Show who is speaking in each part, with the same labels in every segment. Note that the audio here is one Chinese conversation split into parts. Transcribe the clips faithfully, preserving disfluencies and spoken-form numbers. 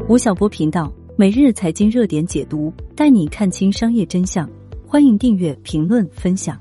Speaker 1: 吴晓波频道每日财经热点解读，带你看清商业真相。欢迎订阅、评论、分享。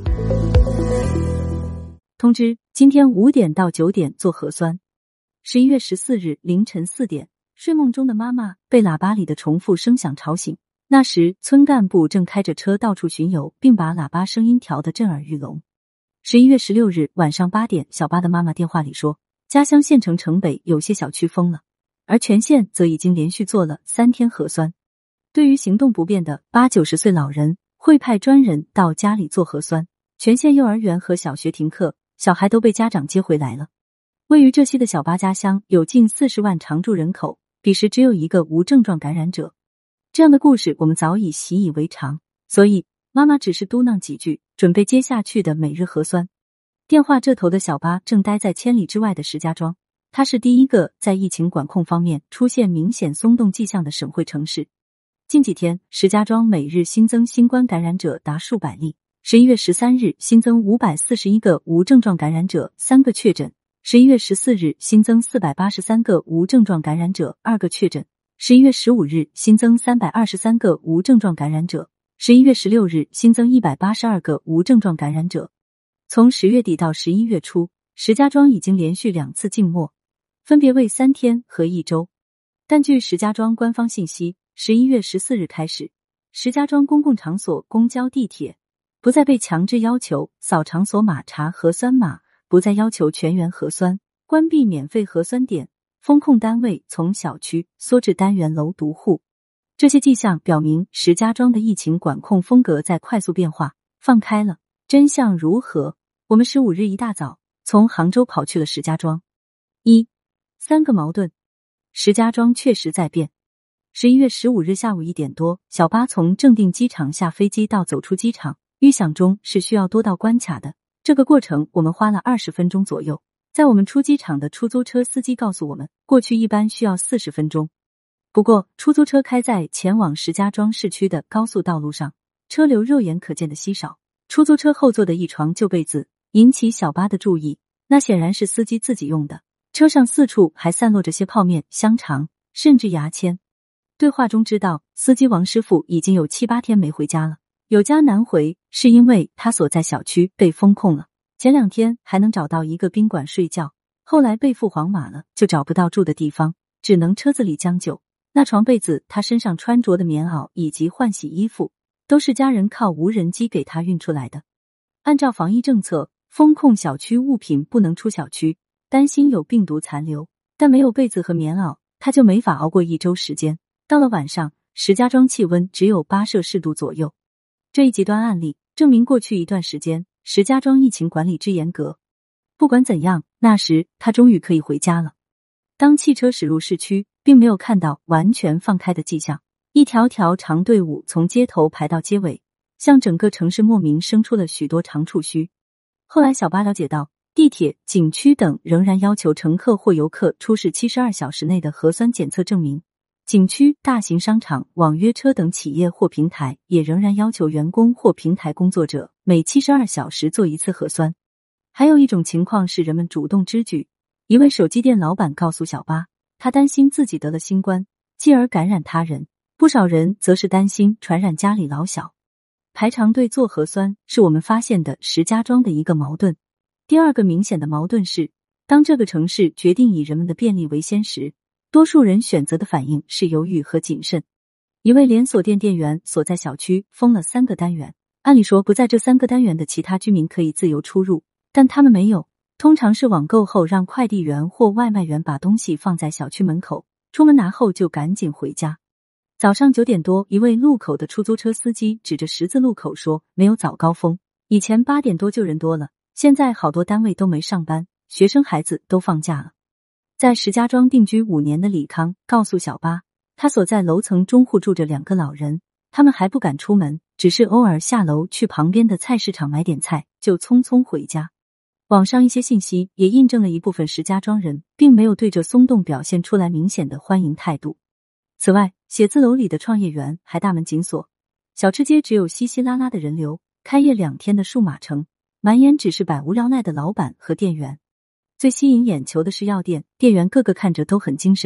Speaker 1: 通知：今天五点到九点做核酸。十一月十四日凌晨四点，睡梦中的妈妈被喇叭里的重复声响吵醒。那时，村干部正开着车到处巡游，并把喇叭声音调得震耳欲聋。十一月十六日晚上八点，小巴的妈妈电话里说，家乡县城城北有些小区封了，而全县则已经连续做了三天核酸。对于行动不便的八九十岁老人，会派专人到家里做核酸。全县幼儿园和小学停课，小孩都被家长接回来了。位于浙西的小巴家乡有近四十万常住人口，彼时只有一个无症状感染者。这样的故事我们早已习以为常，所以妈妈只是嘟囔几句，准备接下去的每日核酸。电话这头的小巴正待在千里之外的石家庄，它是第一个在疫情管控方面出现明显松动迹象的省会城市。近几天，石家庄每日新增新冠感染者达数百例。十一月十三日新增五百四十一个无症状感染者，三个确诊。十一月十四日新增四百八十三个无症状感染者，二个确诊。十一月十五日新增三百二十三个无症状感染者。十一月十六日新增一百八十二个无症状感染者。从十月底到十一月初，石家庄已经连续两次静默，分别为三天和一周。但据石家庄官方信息，十一月十四日开始，石家庄公共场所、公交、地铁不再被强制要求扫场所码查核酸码，不再要求全员核酸，关闭免费核酸点，风控单位从小区缩至单元楼独户。这些迹象表明石家庄的疫情管控风格在快速变化，放开了。真相如何？我们十五日一大早从杭州跑去了石家庄。一、三个矛盾。石家庄确实在变。十一月十五日下午一点多，小巴从正定机场下飞机到走出机场，预想中是需要多道关卡的。这个过程我们花了二十分钟左右。在我们出机场的出租车司机告诉我们，过去一般需要四十分钟。不过，出租车开在前往石家庄市区的高速道路上，车流肉眼可见的稀少。出租车后座的一床旧被子引起小巴的注意，那显然是司机自己用的。车上四处还散落着些泡面、香肠，甚至牙签。对话中知道，司机王师傅已经有七八天没回家了。有家难回，是因为他所在小区被封控了。前两天还能找到一个宾馆睡觉，后来被付黄码了，就找不到住的地方，只能车子里将就。那床被子、他身上穿着的棉袄以及换洗衣服，都是家人靠无人机给他运出来的。按照防疫政策，封控小区物品不能出小区，担心有病毒残留，但没有被子和棉袄，他就没法熬过一周时间。到了晚上，石家庄气温只有八摄氏度左右。这一极端案例证明过去一段时间石家庄疫情管理之严格。不管怎样，那时他终于可以回家了。当汽车驶入市区，并没有看到完全放开的迹象，一条条长队伍从街头排到街尾，向整个城市莫名生出了许多长触须。后来小巴了解到，地铁、景区等仍然要求乘客或游客出示七十二小时内的核酸检测证明。景区、大型商场、网约车等企业或平台也仍然要求员工或平台工作者每七十二小时做一次核酸。还有一种情况是人们主动之举。一位手机店老板告诉小巴，他担心自己得了新冠，继而感染他人。不少人则是担心传染家里老小。排长队做核酸是我们发现的石家庄的一个矛盾。第二个明显的矛盾是，当这个城市决定以人们的便利为先时，多数人选择的反应是犹豫和谨慎。一位连锁店店员所在小区封了三个单元，按理说不在这三个单元的其他居民可以自由出入，但他们没有。通常是网购后让快递员或外卖员把东西放在小区门口，出门拿后就赶紧回家。早上九点多，一位路口的出租车司机指着十字路口说，没有早高峰，以前八点多就人多了，现在好多单位都没上班，学生孩子都放假了。在石家庄定居五年的李康告诉小巴，他所在楼层中户住着两个老人，他们还不敢出门，只是偶尔下楼去旁边的菜市场买点菜，就匆匆回家。网上一些信息也印证了一部分石家庄人并没有对这松动表现出来明显的欢迎态度。此外，写字楼里的创业园还大门紧锁，小吃街只有稀稀拉拉的人流，开业两天的数码城满眼只是百无聊赖的老板和店员。最吸引眼球的是药店，店员个个看着都很精神，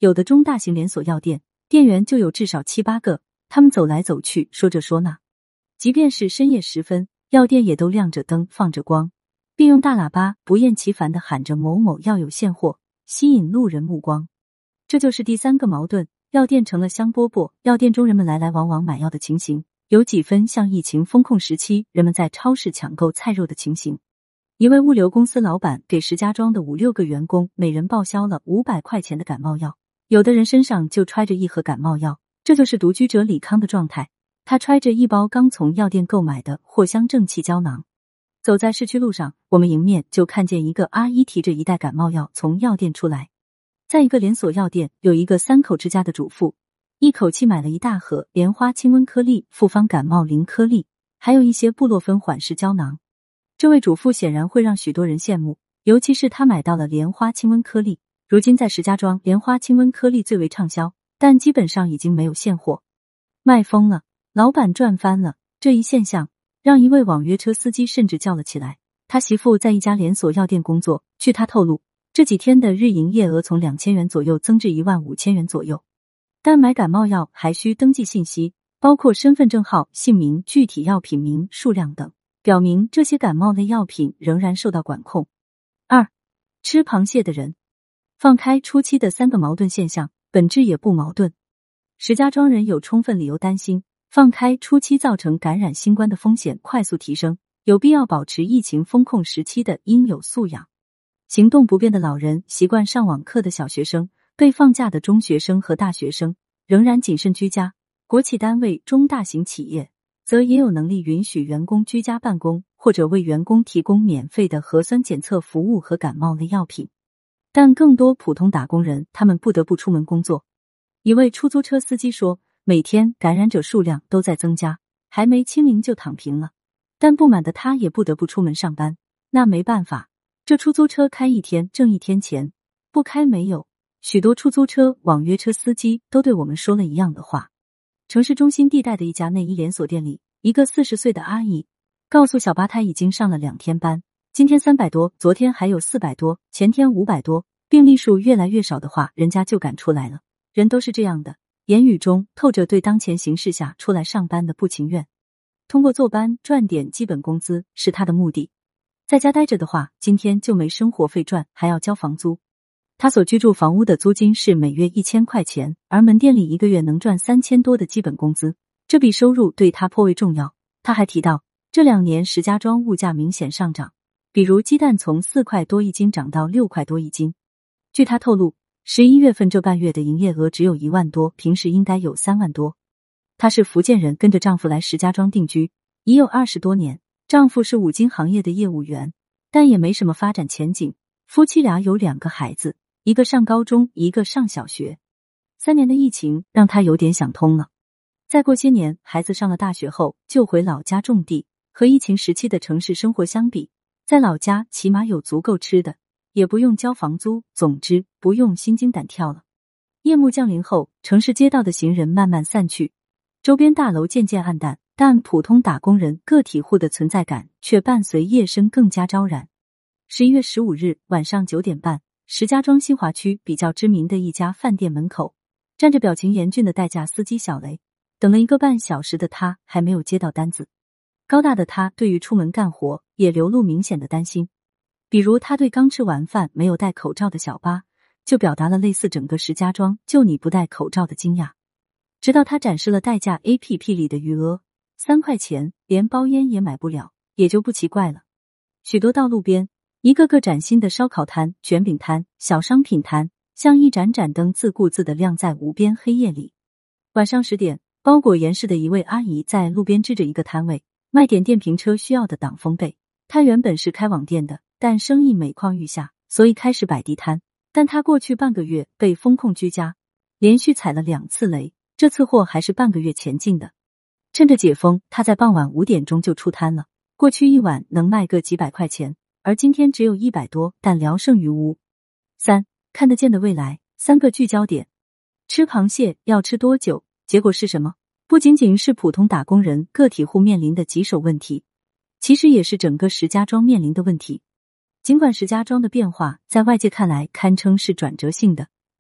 Speaker 1: 有的中大型连锁药店，店员就有至少七八个，他们走来走去，说这说那。即便是深夜时分，药店也都亮着灯，放着光，并用大喇叭不厌其烦地喊着某某药有现货，吸引路人目光。这就是第三个矛盾，药店成了香饽饽，药店中人们来来往往买药的情形，有几分像疫情封控时期人们在超市抢购菜肉的情形。一位物流公司老板给石家庄的五六个员工每人报销了五百块钱的感冒药，有的人身上就揣着一盒感冒药，这就是独居者李康的状态。他揣着一包刚从药店购买的藿香正气胶囊，走在市区路上，我们迎面就看见一个阿姨提着一袋感冒药从药店出来。在一个连锁药店，有一个三口之家的主妇，一口气买了一大盒莲花清瘟颗粒、复方感冒灵颗粒，还有一些布洛芬缓释胶囊。这位主妇显然会让许多人羡慕，尤其是她买到了莲花清瘟颗粒。如今在石家庄，莲花清瘟颗粒最为畅销，但基本上已经没有现货，卖疯了，老板赚翻了。这一现象让一位网约车司机甚至叫了起来。他媳妇在一家连锁药店工作，据他透露，这几天的日营业额从两千元左右增至一万五千元左右。但买感冒药还需登记信息，包括身份证号、姓名、具体药品名、数量等，表明这些感冒类药品仍然受到管控。二、吃螃蟹的人。放开初期的三个矛盾现象，本质也不矛盾。石家庄人有充分理由担心，放开初期造成感染新冠的风险快速提升，有必要保持疫情封控时期的应有素养。行动不便的老人、习惯上网课的小学生、被放假的中学生和大学生仍然谨慎居家。国企单位、中大型企业则也有能力允许员工居家办公，或者为员工提供免费的核酸检测服务和感冒类药品。但更多普通打工人，他们不得不出门工作。一位出租车司机说，每天感染者数量都在增加，还没清零就躺平了。但不满的他也不得不出门上班。那没办法，这出租车开一天挣一天钱，不开没有。许多出租车、网约车司机都对我们说了一样的话。城市中心地带的一家内衣连锁店里，一个四十岁的阿姨告诉小巴，她已经上了两天班，今天三百多，昨天还有四百多，前天五百多，病例数越来越少的话，人家就赶出来了。人都是这样的，言语中透着对当前形势下出来上班的不情愿。通过坐班赚点基本工资是他的目的。在家待着的话，今天就没生活费赚，还要交房租。他所居住房屋的租金是每月一千块钱，而门店里一个月能赚三千多的基本工资，这笔收入对他颇为重要。他还提到，这两年石家庄物价明显上涨，比如鸡蛋从四块多一斤涨到六块多一斤。据他透露，十一月份这半月的营业额只有一万多，平时应该有三万多。她是福建人，跟着丈夫来石家庄定居，已有二十多年。丈夫是五金行业的业务员，但也没什么发展前景。夫妻俩有两个孩子，一个上高中，一个上小学。三年的疫情让她有点想通了。再过些年，孩子上了大学后，就回老家种地。和疫情时期的城市生活相比，在老家起码有足够吃的，也不用交房租，总之不用心惊胆跳了。夜幕降临后，城市街道的行人慢慢散去，周边大楼渐渐暗淡，但普通打工人、个体户的存在感却伴随夜深更加昭然。十一月十五日晚上九点半，石家庄新华区比较知名的一家饭店门口，站着表情严峻的代驾司机小雷。等了一个半小时的他还没有接到单子。高大的他对于出门干活也流露明显的担心，比如他对刚吃完饭没有戴口罩的小巴就表达了类似整个石家庄就你不戴口罩的惊讶。直到他展示了代驾 A P P 里的余额，三块钱连包烟也买不了，也就不奇怪了。许多道路边一个个崭新的烧烤摊、卷饼摊、小商品摊像一盏盏灯自顾自地亮在无边黑夜里。晚上十点，包裹严实的一位阿姨在路边支着一个摊位，卖点电瓶车需要的挡风被。她原本是开网店的，但生意每况愈下，所以开始摆地摊。但她过去半个月被封控居家，连续踩了两次雷，这次货还是半个月前进的。趁着解封，她在傍晚五点钟就出摊了。过去一碗能卖个几百块钱，而今天只有一百多，但聊胜于无。三、看得见的未来，三个聚焦点。吃螃蟹要吃多久？结果是什么？不仅仅是普通打工人、个体户面临的棘手问题，其实也是整个石家庄面临的问题。尽管石家庄的变化在外界看来堪称是转折性的，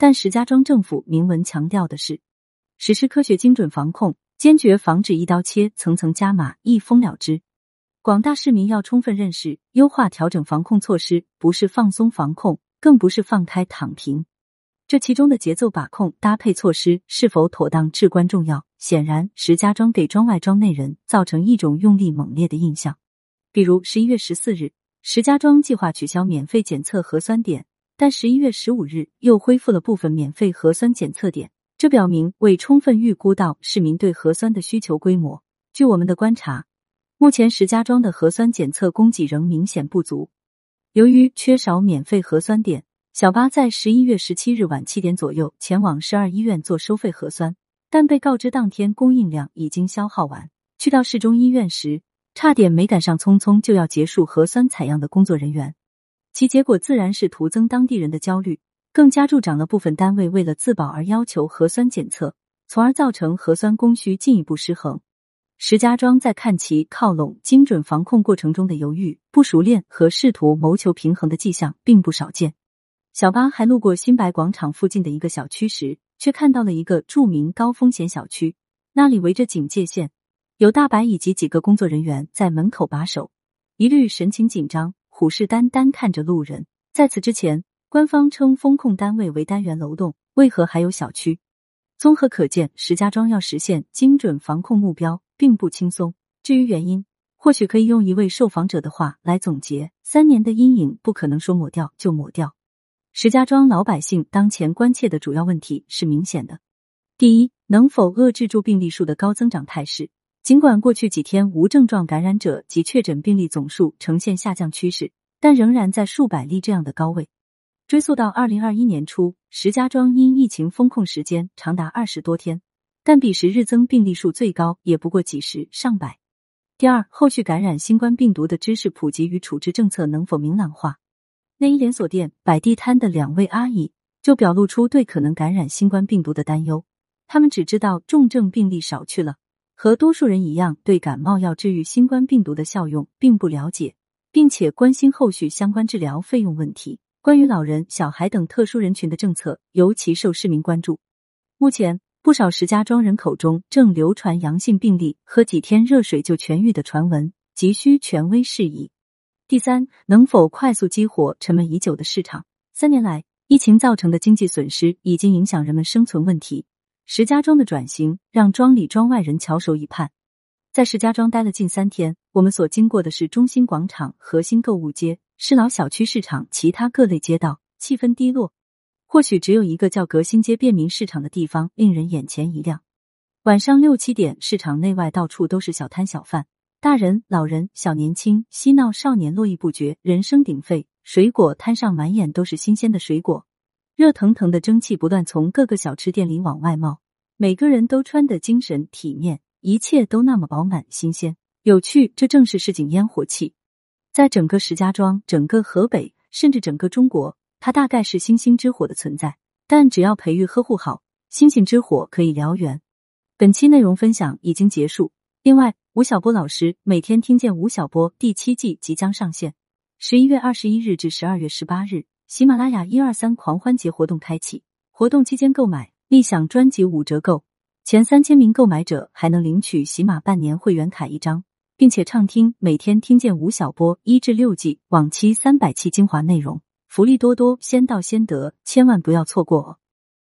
Speaker 1: 但石家庄政府明文强调的是，实施科学精准防控，坚决防止一刀切、层层加码、一封了之。广大市民要充分认识，优化调整防控措施不是放松防控，更不是放开躺平。这其中的节奏把控、搭配措施是否妥当至关重要。显然，石家庄给庄外庄内人造成一种用力猛烈的印象。比如十一月十四日，石家庄计划取消免费检测核酸点，但十一月十五日又恢复了部分免费核酸检测点，这表明未充分预估到市民对核酸的需求规模。据我们的观察，目前石家庄的核酸检测供给仍明显不足。由于缺少免费核酸点，小巴在十一月十七日晚七点左右前往市二医院做收费核酸，但被告知当天供应量已经消耗完。去到市中医院时，差点没赶上匆匆就要结束核酸采样的工作人员，其结果自然是徒增当地人的焦虑，更加助长了部分单位为了自保而要求核酸检测，从而造成核酸供需进一步失衡。石家庄在看齐靠拢精准防控过程中的犹豫、不熟练和试图谋求平衡的迹象并不少见。小巴还路过新白广场附近的一个小区时，却看到了一个著名高风险小区，那里围着警戒线，有大白以及几个工作人员在门口把守，一律神情紧张，虎视眈眈看着路人。在此之前，官方称风控单位为单元楼栋，为何还有小区？综合可见，石家庄要实现精准防控目标并不轻松。至于原因，或许可以用一位受访者的话来总结：三年的阴影不可能说抹掉就抹掉。石家庄老百姓当前关切的主要问题是明显的。第一，能否遏制住病例数的高增长态势？尽管过去几天无症状感染者及确诊病例总数呈现下降趋势，但仍然在数百例这样的高位。追溯到二零二一年初，石家庄因疫情封控时间长达二十多天，但彼时日增病例数最高也不过几十上百。第二，后续感染新冠病毒的知识普及与处置政策能否明朗化？内衣连锁店摆地摊的两位阿姨就表露出对可能感染新冠病毒的担忧，他们只知道重症病例少去了，和多数人一样对感冒药治愈新冠病毒的效用并不了解，并且关心后续相关治疗费用问题。关于老人、小孩等特殊人群的政策尤其受市民关注。目前不少石家庄人口中正流传阳性病例喝几天热水就痊愈的传闻，急需权威释疑。第三，能否快速激活沉闷已久的市场？三年来，疫情造成的经济损失已经影响人们生存问题。石家庄的转型让庄里庄外人翘首以盼。在石家庄待了近三天，我们所经过的是中心广场、核心购物街、市老小区市场其他各类街道，气氛低落。或许只有一个叫革新街便民市场的地方令人眼前一亮。晚上六七点，市场内外到处都是小摊小贩，大人、老人、小年轻、嬉闹少年络绎不绝，人声鼎沸。水果摊上满眼都是新鲜的水果，热腾腾的蒸汽不断从各个小吃店里往外冒，每个人都穿得精神体面，一切都那么饱满新鲜有趣，这正是市井烟火气。在整个石家庄、整个河北，甚至整个中国，它大概是星星之火的存在，但只要培育呵护好，星星之火可以燎原。本期内容分享已经结束。另外，吴晓波老师每天听见吴晓波第七季即将上线，十一月二十一日至十二月十八日，喜马拉雅一二三狂欢节活动开启，活动期间购买立享专辑五折购，前三千名购买者还能领取喜马半年会员卡一张，并且畅听每天听见吴晓波一至六季往期三百期精华内容，福利多多，先到先得，千万不要错过哦。